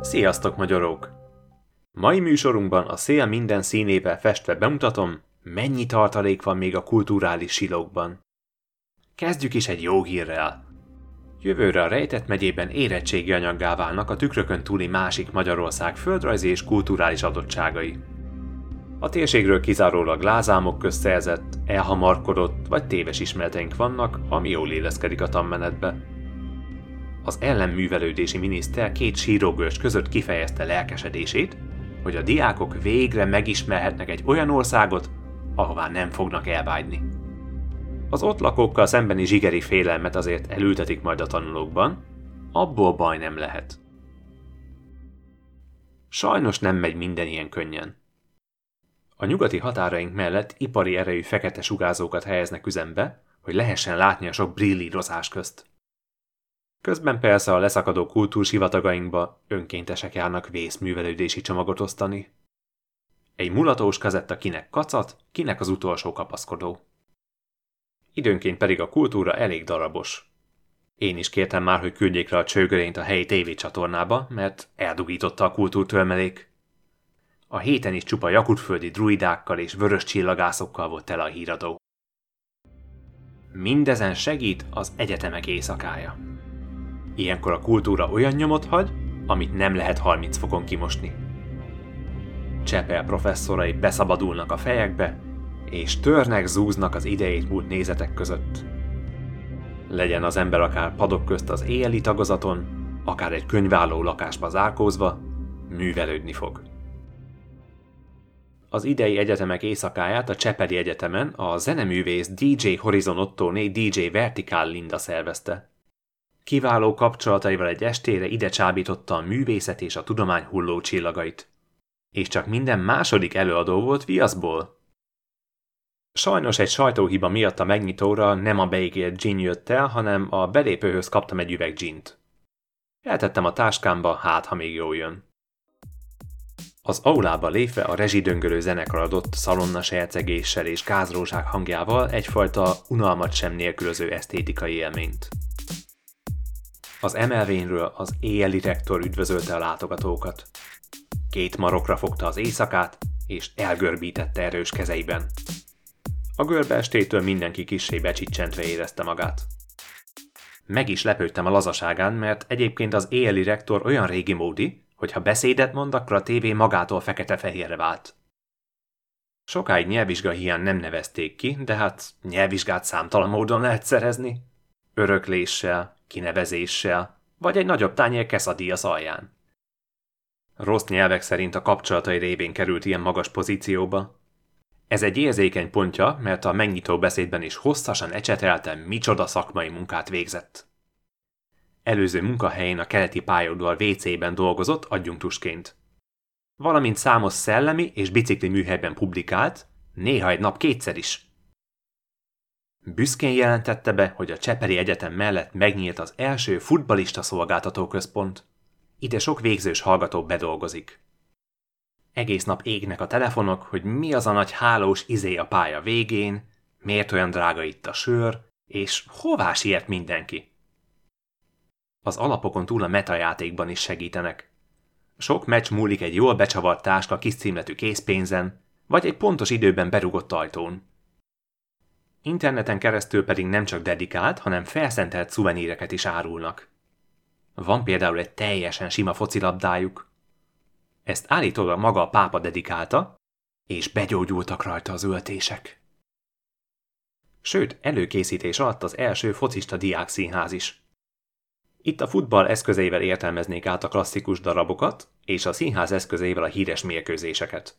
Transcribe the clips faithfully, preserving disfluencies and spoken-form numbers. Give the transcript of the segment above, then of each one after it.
Sziasztok, magyarok! Mai műsorunkban a szél minden színével festve bemutatom, mennyi tartalék van még a kulturális silókban. Kezdjük is egy jó hírrel. Jövőre a Rejtett megyében érettségi anyaggá válnak a tükrökön túli másik Magyarország földrajzi és kulturális adottságai. A térségről kizárólag lázámok közt szerzett, elhamarkodott vagy téves ismereteink vannak, ami jól illeszkedik a tanmenetbe. Az ellenművelődési miniszter két sírógörcs között kifejezte lelkesedését, hogy a diákok végre megismerhetnek egy olyan országot, ahová nem fognak elvágyni. Az ott lakókkal szembeni zsigeri félelmet azért elültetik majd a tanulókban, abból baj nem lehet. Sajnos nem megy minden ilyen könnyen. A nyugati határaink mellett ipari erejű fekete sugárzókat helyeznek üzembe, hogy lehessen látni a sok brillírozás közt. Közben persze a leszakadó kultúrsivatagainkba önkéntesek járnak vészművelődési csomagot osztani. Egy mulatós kazetta kinek kacat, kinek az utolsó kapaszkodó. Időnként pedig a kultúra elég darabos. Én is kértem már, hogy küldjék le a csőgörényt a helyi tévécsatornába, mert eldugította a kultúrtörmelék. A héten is csupa jakutföldi druidákkal és vörös csillagászokkal volt tele a híradó. Mindezen segít az egyetemek éjszakája. Ilyenkor a kultúra olyan nyomot hagy, amit nem lehet harminc fokon kimosni. Csepel professzorai beszabadulnak a fejekbe, és törnek, zúznak az idejét múlt nézetek között. Legyen az ember akár padok közt az éjjeli tagozaton, akár egy könyválló lakásba zárkózva, művelődni fog. Az idei egyetemek éjszakáját a Csepeli Egyetemen a zeneművész dé dzsé Horizon Ottóné dé dzsé Vertikál Linda szervezte. Kiváló kapcsolataival egy estére ide csábította a művészet és a tudomány hulló csillagait. És csak minden második előadó volt viaszból. Sajnos egy sajtóhiba miatt a megnyitóra nem a beígért gin jött el, hanem a belépőhöz kaptam egy üveg gint. Eltettem a táskámba, hát ha még jól jön. Az aulába lépve a rezsidöngölő zenekar adott szalonnas hercegéssel és gázrózsák hangjával egyfajta unalmat sem nélkülöző esztétikai élményt. Az emelvényről az éjjeli rektor üdvözölte a látogatókat. Két marokra fogta az éjszakát, és elgörbítette erős kezeiben. A görbe estétől mindenki kissé becsicsentve érezte magát. Meg is lepődtem a lazaságán, mert egyébként az éjjeli rektor olyan régi módi, hogy ha beszédet mond, akkor a tévé magától fekete-fehérre vált. Sokáig nyelvvizsga hiány nem nevezték ki, de hát nyelvvizsgát számtalan módon lehet szerezni. Örökléssel, kinevezéssel, vagy egy nagyobb tányér quesadillas alján. Rossz nyelvek szerint a kapcsolatai révén került ilyen magas pozícióba. Ez egy érzékeny pontja, mert a megnyitó beszédben is hosszasan ecsetelte, micsoda szakmai munkát végzett. Előző munkahelyén a keleti pályaudvar vécében dolgozott adjunktusként. Valamint számos szellemi és bicikli műhelyben publikált, néha egy nap kétszer is. Büszkén jelentette be, hogy a Csepeli Egyetem mellett megnyílt az első futballista szolgáltatóközpont. Ide sok végzős hallgató bedolgozik. Egész nap égnek a telefonok, hogy mi az a nagy hálós izé a pálya végén, miért olyan drága itt a sör, és hová siet mindenki. Az alapokon túl a metajátékban is segítenek. Sok meccs múlik egy jól becsavart táska kis címletű készpénzen, vagy egy pontos időben berugott ajtón. Interneten keresztül pedig nem csak dedikált, hanem felszentelt szuveníreket is árulnak. Van például egy teljesen sima focilabdájuk. Ezt állítólag maga a pápa dedikálta, és begyógyultak rajta az öltések. Sőt, előkészítés alatt az első focista diákszínház is. Itt a futball eszközeivel értelmeznék át a klasszikus darabokat, és a színház eszközeivel a híres mérkőzéseket.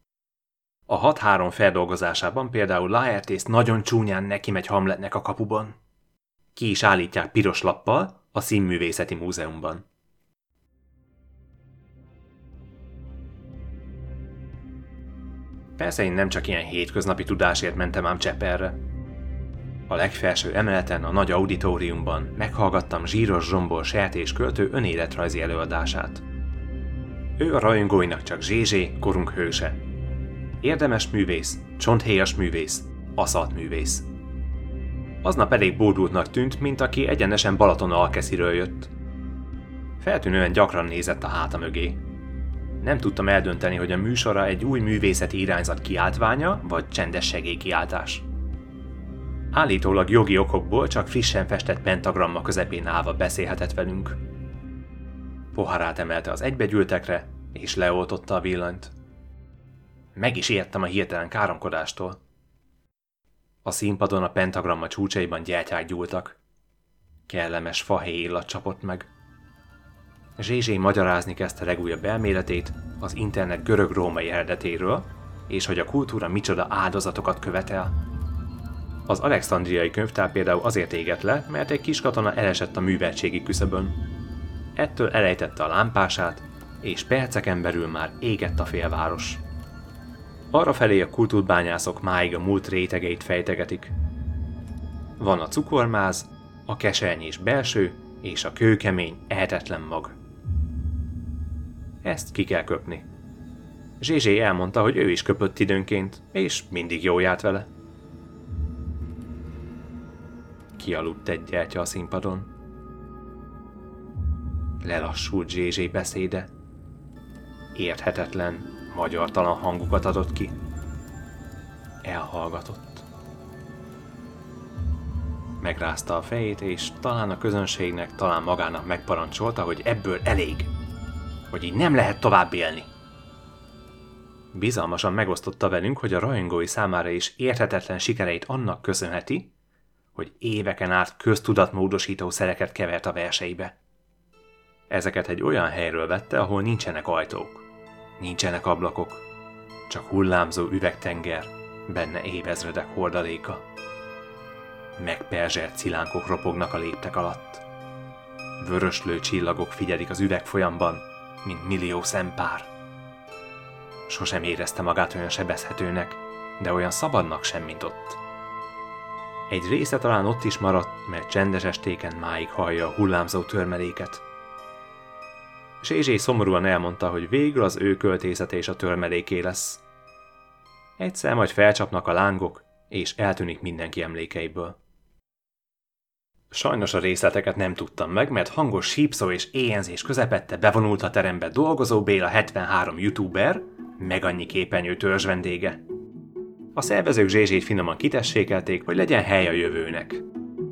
A hat három feldolgozásában például Laertész nagyon csúnyán neki megy Hamletnek a kapuban. Ki is állítják piros lappal a Színművészeti Múzeumban. Persze én nem csak ilyen hétköznapi tudásért mentem ám Csepelre. A legfelső emeleten, a nagy auditóriumban meghallgattam Zsíros Zsombor sertésköltő önéletrajzi előadását. Ő a rajongóinak csak Zsé-Zsé, korunk hőse. Érdemes művész, csonthéjas művész, aszalt művész. Aznap elég bódultnak tűnt, mint aki egyenesen Balaton Alkesziről jött. Feltűnően gyakran nézett a háta mögé. Nem tudtam eldönteni, hogy a műsora egy új művészeti irányzat kiáltványa, vagy csendes segélykiáltás. Állítólag jogi okokból csak frissen festett pentagramma közepén állva beszélhetett velünk. Poharát emelte az egybegyűltekre, és leoltotta a villanyt. Meg is ijedtem a hirtelen káromkodástól. A színpadon a pentagramma csúcsaiban gyertyák gyúltak. Kellemes fahéj illat csapott meg. Zsé-Zsé magyarázni kezdte legújabb elméletét az internet görög-római eredetéről, és hogy a kultúra micsoda áldozatokat követel. Az alexandriai könyvtár például azért égett le, mert egy kis katona elesett a műveltségi küszöbön. Ettől elejtette a lámpását, és perceken belül már égett a félváros. Arrafelé a kultúrbányászok máig a múlt rétegeit fejtegetik. Van a cukormáz, a kesernyés belső és a kőkemény, ehetetlen mag. Ezt ki kell köpni. Zsé-Zsé elmondta, hogy ő is köpött időnként, és mindig jó járt vele. Kialudt egy gyertya a színpadon. Lelassult Zsé-Zsé beszéde. Érthetetlen, magyartalan hangokat adott ki. Elhallgatott. Megrázta a fejét, és talán a közönségnek, talán magának megparancsolta, hogy ebből elég. Hogy így nem lehet tovább élni. Bizalmasan megosztotta velünk, hogy a rajongói számára is érthetetlen sikereit annak köszönheti, hogy éveken át köztudatmódosító szereket kevert a verseibe. Ezeket egy olyan helyről vette, ahol nincsenek ajtók, nincsenek ablakok, csak hullámzó üvegtenger, benne évezredek hordaléka. Megperzselt szilánkok ropognak a léptek alatt. Vöröslő csillagok figyelik az üvegfolyamban, mint millió szempár. Sosem érezte magát olyan sebezhetőnek, de olyan szabadnak sem, mint ott. Egy része talán ott is maradt, mert csendes estéken máig hallja a hullámzó törmeléket. Zsé-Zsé szomorúan elmondta, hogy végül az ő költészete és a törmeléké lesz. Egyszer majd felcsapnak a lángok, és eltűnik mindenki emlékeiből. Sajnos a részleteket nem tudtam meg, mert hangos sípszó és éhenzés közepette bevonult a terembe dolgozó Béla hetvenhárom youtuber, meg annyi képernyő törzs vendége. A szervezők Zsé-Zsét finoman kitessékelték, hogy legyen hely a jövőnek.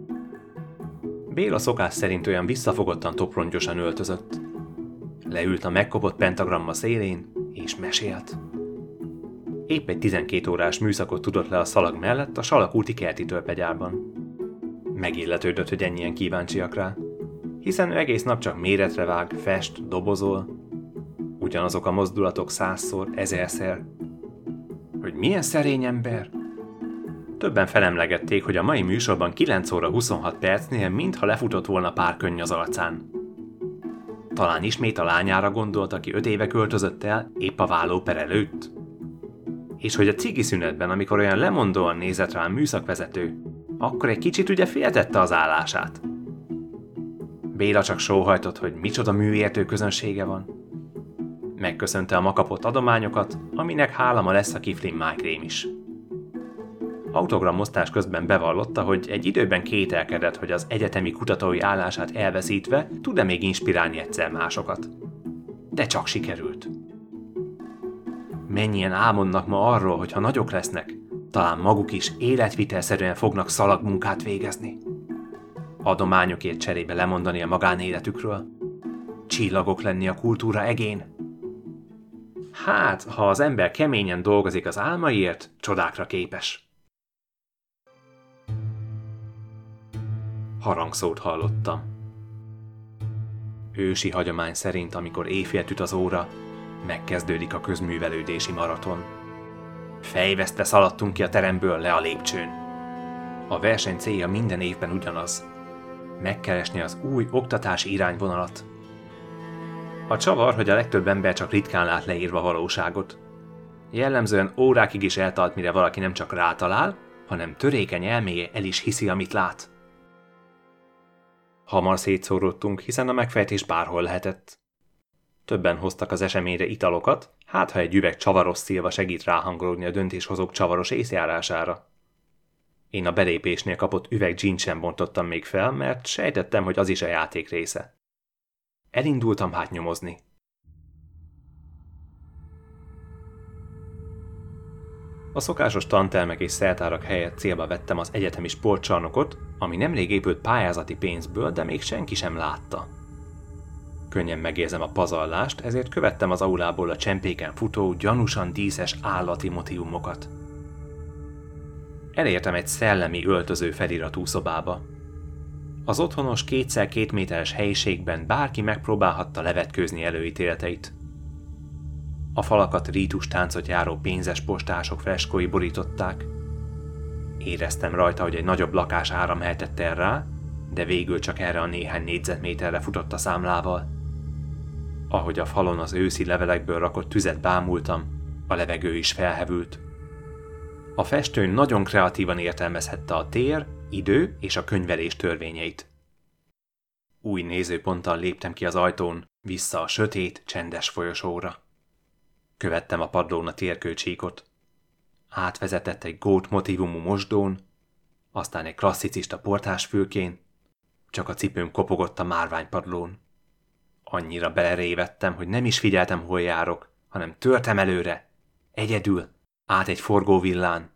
Béla szokás szerint olyan visszafogottan toprongyosan öltözött. Leült a megkopott pentagramma szélén, és mesélt. Épp egy tizenkét órás műszakot tudott le a szalag mellett a Salakúti kerti tölpegyárban. Megilletődött, hogy ennyien kíváncsiak rá, hiszen ő egész nap csak méretre vág, fest, dobozol. Ugyanazok a mozdulatok százszor, ezerszer. Hogy milyen szerény ember? Többen felemlegették, hogy a mai műsorban kilenc óra huszonhat percnél mintha lefutott volna pár könny az arcán. Talán ismét a lányára gondolt, aki öt éve költözött el, épp a vállóper előtt. És hogy a cigi szünetben, amikor olyan lemondóan nézett rá a műszakvezető, akkor egy kicsit ugye féltette az állását. Béla csak sóhajtott, hogy micsoda műértő közönsége van. Megköszönte a ma kapott adományokat, aminek hála ma lesz a kiflin májkrém is. Autogramosztás közben bevallotta, hogy egy időben kételkedett, hogy az egyetemi kutatói állását elveszítve tud-e még inspirálni egyszer másokat. De csak sikerült. Mennyien álmodnak ma arról, hogy ha nagyok lesznek, talán maguk is életvitelszerűen fognak szalagmunkát végezni. Adományokért cserébe lemondani a magánéletükről. Csillagok lenni a kultúra egén. Hát, ha az ember keményen dolgozik az álmaiért, csodákra képes. Harangszót hallottam. Ősi hagyomány szerint, amikor éjfélt üt az óra, megkezdődik a közművelődési maraton. Fejvesztve szaladtunk ki a teremből le a lépcsőn. A verseny célja minden évben ugyanaz. Megkeresni az új oktatási irányvonalat. A csavar, hogy a legtöbb ember csak ritkán lát leírva valóságot. Jellemzően órákig is eltart, mire valaki nem csak rátalál, hanem törékeny elméje el is hiszi, amit lát. Hamar szétszórodtunk, hiszen a megfejtés bárhol lehetett. Többen hoztak az eseményre italokat, hát ha egy üveg csavaros szilva segít ráhangolódni a döntéshozók csavaros észjárására. Én a belépésnél kapott üveg gint sem bontottam még fel, mert sejtettem, hogy az is a játék része. Elindultam hát nyomozni. A szokásos tantermek és szertárak helyett célba vettem az egyetemi sportcsarnokot, ami nemrég épült pályázati pénzből, de még senki sem látta. Könnyen megérzem a pazarlást, ezért követtem az aulából a csempéken futó, gyanúsan díszes állati motívumokat. Elértem egy szellemi öltöző feliratú szobába. Az otthonos kétszer két méteres helyiségben bárki megpróbálhatta levetkőzni előítéleteit. A falakat rítus táncot járó pénzes postások freskói borították. Éreztem rajta, hogy egy nagyobb lakás áramheltett el rá, de végül csak erre a néhány négyzetméterre futott a számlával. Ahogy a falon az őszi levelekből rakott tüzet bámultam, a levegő is felhevült. A festő nagyon kreatívan értelmezhette a tér, idő és a könyvelés törvényeit. Új nézőponttal léptem ki az ajtón, vissza a sötét, csendes folyosóra. Követtem a padlón a térkőcsíkot. Átvezetett egy gót motívumú mosdón, aztán egy klasszicista portásfülkén, csak a cipőm kopogott a márványpadlón. Annyira belerévettem, hogy nem is figyeltem, hol járok, hanem törtem előre, egyedül, át egy forgóvillán.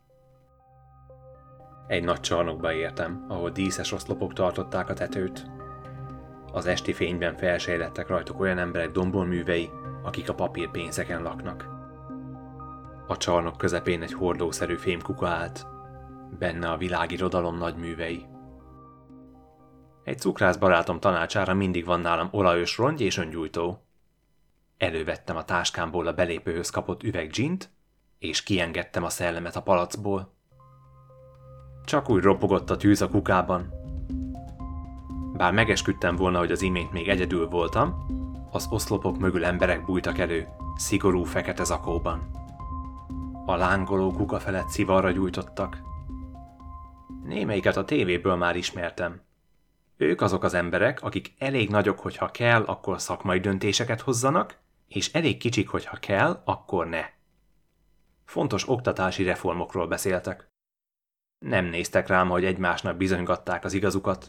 Egy nagy csarnokba értem, ahol díszes oszlopok tartották a tetőt. Az esti fényben felsejlettek rajtuk olyan emberek domborművei, akik a papírpénzeken laknak. A csarnok közepén egy hordószerű fémkuka állt, benne a világirodalom nagy művei. Egy cukrász barátom tanácsára mindig van nálam olajos rongy és öngyújtó. Elővettem a táskámból a belépőhöz kapott üveg gint, és kiengedtem a szellemet a palacból. Csak úgy ropogott a tűz a kukában. Bár megesküdtem volna, hogy az imént még egyedül voltam, az oszlopok mögül emberek bújtak elő, szigorú fekete zakóban. A lángoló kuka felett szivarra gyújtottak. Némelyiket a tévéből már ismertem. Ők azok az emberek, akik elég nagyok, hogyha kell, akkor szakmai döntéseket hozzanak, és elég kicsik, hogyha kell, akkor ne. Fontos oktatási reformokról beszéltek. Nem néztek rám, hogy egymásnak bizonygatták az igazukat.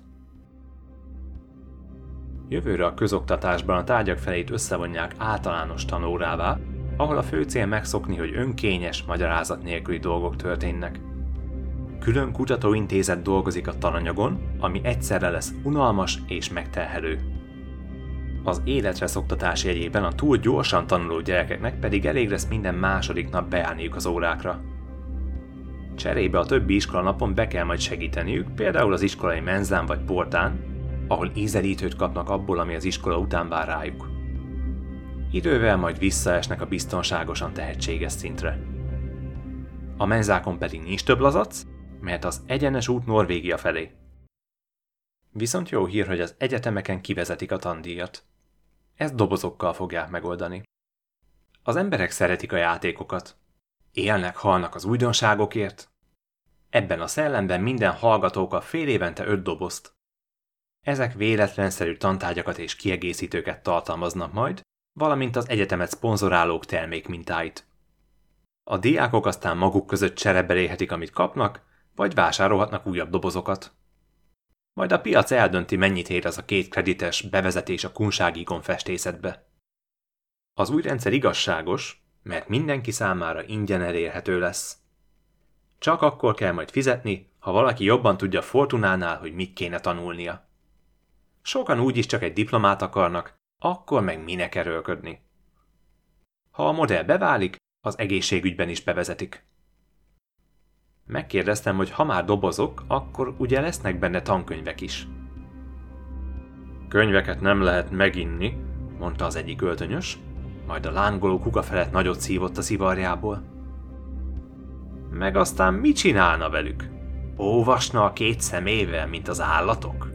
Jövőre a közoktatásban a tárgyak felét összevonják általános tanórává, ahol a fő cél megszokni, hogy önkényes, magyarázat nélküli dolgok történnek. Külön kutatóintézet dolgozik a tananyagon, ami egyszerre lesz unalmas és megterhelő. Az életre szoktatás jegyében a túl gyorsan tanuló gyerekeknek pedig elég lesz minden második nap beállniuk az órákra. Cserébe a többi iskolanapon be kell majd segíteniük, például az iskolai menzán vagy portán, ahol ízelítőt kapnak abból, ami az iskola után vár rájuk. Idővel majd visszaesnek a biztonságosan tehetséges szintre. A menzákon pedig nincs több lazac, mert az egyenes út Norvégia felé. Viszont jó hír, hogy az egyetemeken kivezetik a tandíjat. Ezt dobozokkal fogják megoldani. Az emberek szeretik a játékokat. Élnek, halnak az újdonságokért. Ebben a szellemben minden hallgató kap fél évente öt dobozt. Ezek véletlenszerű tantárgyakat és kiegészítőket tartalmaznak majd, valamint az egyetemet szponzorálók termékmintáit. A diákok aztán maguk között csereberélhetik, amit kapnak, vagy vásárolhatnak újabb dobozokat. Majd a piac eldönti, mennyit ér az a két kredites bevezetés a kunságíkon festészetbe. Az új rendszer igazságos, mert mindenki számára ingyen elérhető lesz. Csak akkor kell majd fizetni, ha valaki jobban tudja Fortunánál, hogy mit kéne tanulnia. Sokan úgyis csak egy diplomát akarnak, akkor meg minek erőlködni. Ha a modell beválik, az egészségügyben is bevezetik. Megkérdeztem, hogy ha már dobozok, akkor ugye lesznek benne tankönyvek is. Könyveket nem lehet meginni, mondta az egyik öltönyös, majd a lángoló kuka felett nagyot szívott a szivarjából. Meg aztán mit csinálna velük? Óvasna a két szemével, mint az állatok?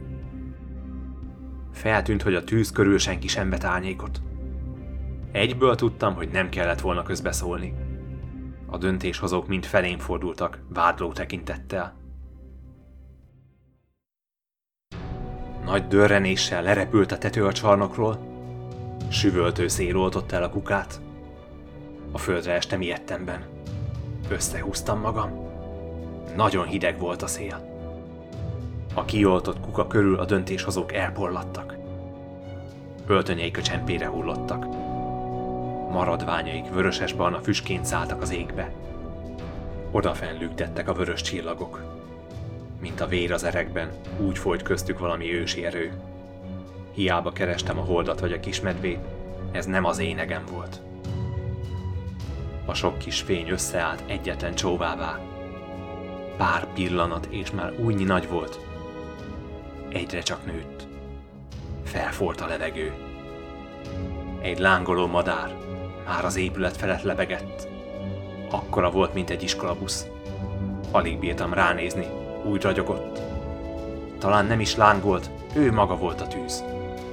Feltűnt, hogy a tűz körül senki sem vet árnyékot. Egyből tudtam, hogy nem kellett volna közbeszólni. A döntéshozók mind felém fordultak, vádló tekintettel. Nagy dörrenéssel lerepült a tető a csarnokról. Süvöltő szél oltott el a kukát. A földre estem ilyettemben. Összehúztam magam. Nagyon hideg volt a szél. A kioltott kuka körül a döntéshozók elporladtak. Öltönyeik a csempére hullottak. Maradványaik vöröses-barna füstként szálltak az égbe. Odafenn lüktettek a vörös csillagok. Mint a vér az erekben, úgy folyt köztük valami ősi erő. Hiába kerestem a holdat vagy a kismedvét, ez nem az énegem volt. A sok kis fény összeállt egyetlen csóvává. Pár pillanat, és már újnyi nagy volt. Egyre csak nőtt. Felforrt a levegő. Egy lángoló madár már az épület felett lebegett. Akkora volt, mint egy iskolabusz. Alig bírtam ránézni, úgy ragyogott. Talán nem is lángolt, ő maga volt a tűz.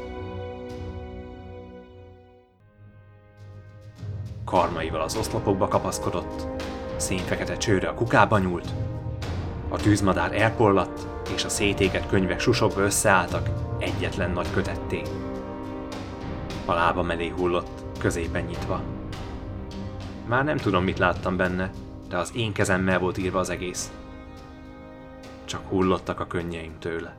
Karmaival az oszlopokba kapaszkodott, szénfekete csőre a kukába nyúlt. A tűzmadár elporlatt, és a szétégett könyvek susogva összeálltak egyetlen nagy kötetté. A lába mellé hullott, középen nyitva. Már nem tudom, mit láttam benne, de az én kezemmel volt írva az egész. Csak hullottak a könnyeim tőle.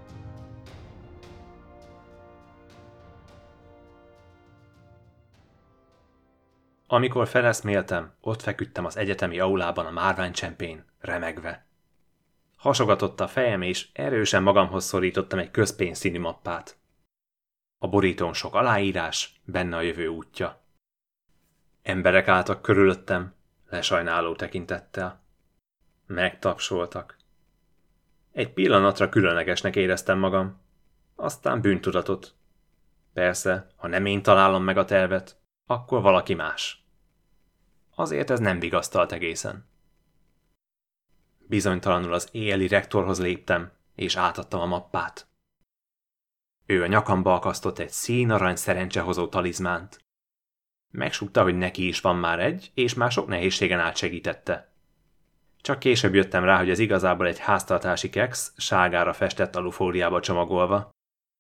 Amikor feleszméltem, ott feküdtem az egyetemi aulában a márványcsempén, remegve. Hasogatott a fejem, és erősen magamhoz szorítottam egy közpénzszínű mappát. A borítón sok aláírás, benne a jövő útja. Emberek álltak körülöttem, lesajnáló tekintettel. Megtapsoltak. Egy pillanatra különlegesnek éreztem magam, aztán bűntudatot. Persze, ha nem én találom meg a tervet, akkor valaki más. Azért ez nem vigasztalt egészen. Bizonytalanul az éjjeli rektorhoz léptem, és átadtam a mappát. Ő a nyakamba akasztott egy színarany szerencsehozó talizmánt. Megsúgta, hogy neki is van már egy, és már sok nehézségen át segítette. Csak később jöttem rá, hogy ez igazából egy háztartási keksz, sárgára festett alufóliába csomagolva.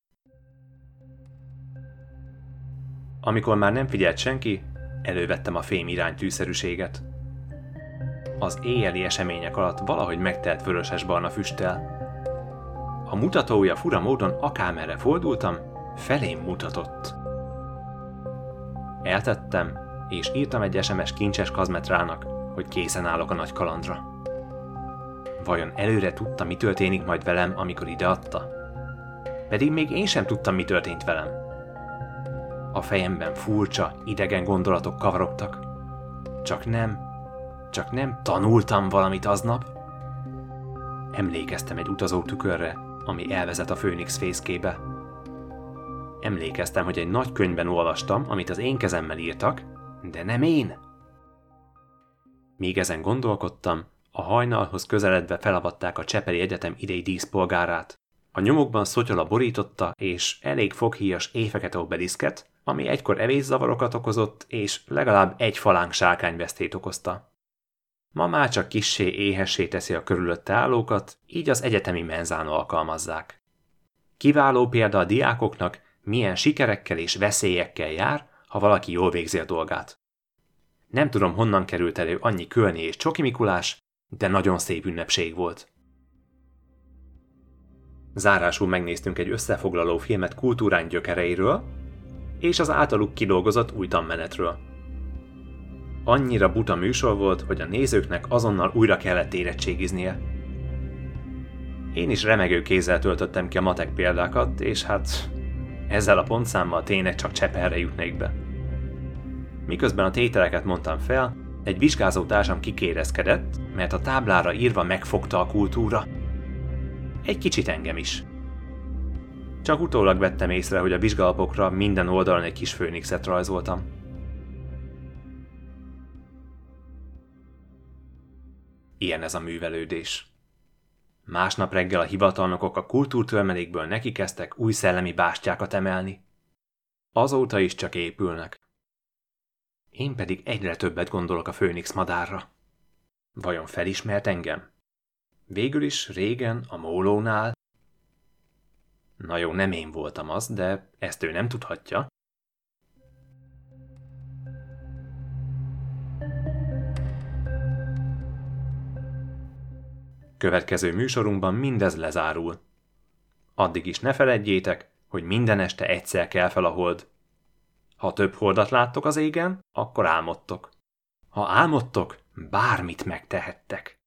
Amikor már nem figyelt senki, elővettem a fém iránytűszerűséget. Az éjjeli események alatt valahogy megtelt vöröses-barna füsttel. A mutatója fura módon akármerre fordultam, felém mutatott. Eltettem, és írtam egy es em es kincses kazmetrának, hogy készen állok a nagy kalandra. Vajon előre tudta, mi történik majd velem, amikor ideadta? Pedig még én sem tudtam, mi történt velem. A fejemben furcsa, idegen gondolatok kavarogtak. Csak nem, csak nem tanultam valamit aznap? Emlékeztem egy utazó tükörre, ami elvezet a Főnix fészkébe. Emlékeztem, hogy egy nagy könyvben olvastam, amit az én kezemmel írtak, de nem én. Míg ezen gondolkodtam, a hajnalhoz közeledve felavatták a Csepeli Egyetem idei díszpolgárát. A nyomokban szotyola borította, és elég foghíjas éjfekete obeliszket, ami egykor evészavarokat okozott, és legalább egy falánk sárkányvesztét okozta. Ma már csak kissé éhessé teszi a körülötte állókat, így az egyetemi menzán alkalmazzák. Kiváló példa a diákoknak, milyen sikerekkel és veszélyekkel jár, ha valaki jól végzi a dolgát. Nem tudom, honnan került elő annyi Kölni és Csoki Mikulás, de nagyon szép ünnepség volt. Zárásul megnéztünk egy összefoglaló filmet kultúránk gyökereiről, és az általuk kidolgozott új tanmenetről. Annyira buta műsor volt, hogy a nézőknek azonnal újra kellett érettségiznie. Én is remegő kézzel töltöttem ki a matek példákat, és hát ezzel a pontszámmal tényleg csak Csepelre jutnék be. Miközben a tételeket mondtam fel, egy vizsgázó társam kikérezkedett, mert a táblára írva megfogta a kultúra. Egy kicsit engem is. Csak utólag vettem észre, hogy a vizsgalapokra minden oldalon egy kis főnixet rajzoltam. Ilyen ez a művelődés. Másnap reggel a hivatalnokok a kultúrtörmelékből nekikezdtek új szellemi bástyákat emelni. Azóta is csak épülnek. Én pedig egyre többet gondolok a főnix madárra. Vajon felismert engem? Végül is régen a mólónál. Na jó, nem én voltam az, de ezt ő nem tudhatja. Következő műsorunkban mindez lezárul. Addig is ne feledjétek, hogy minden este egyszer kell fel a hold, Ha több holdat láttok az égen, akkor álmodtok. Ha álmodtok, bármit megtehettek.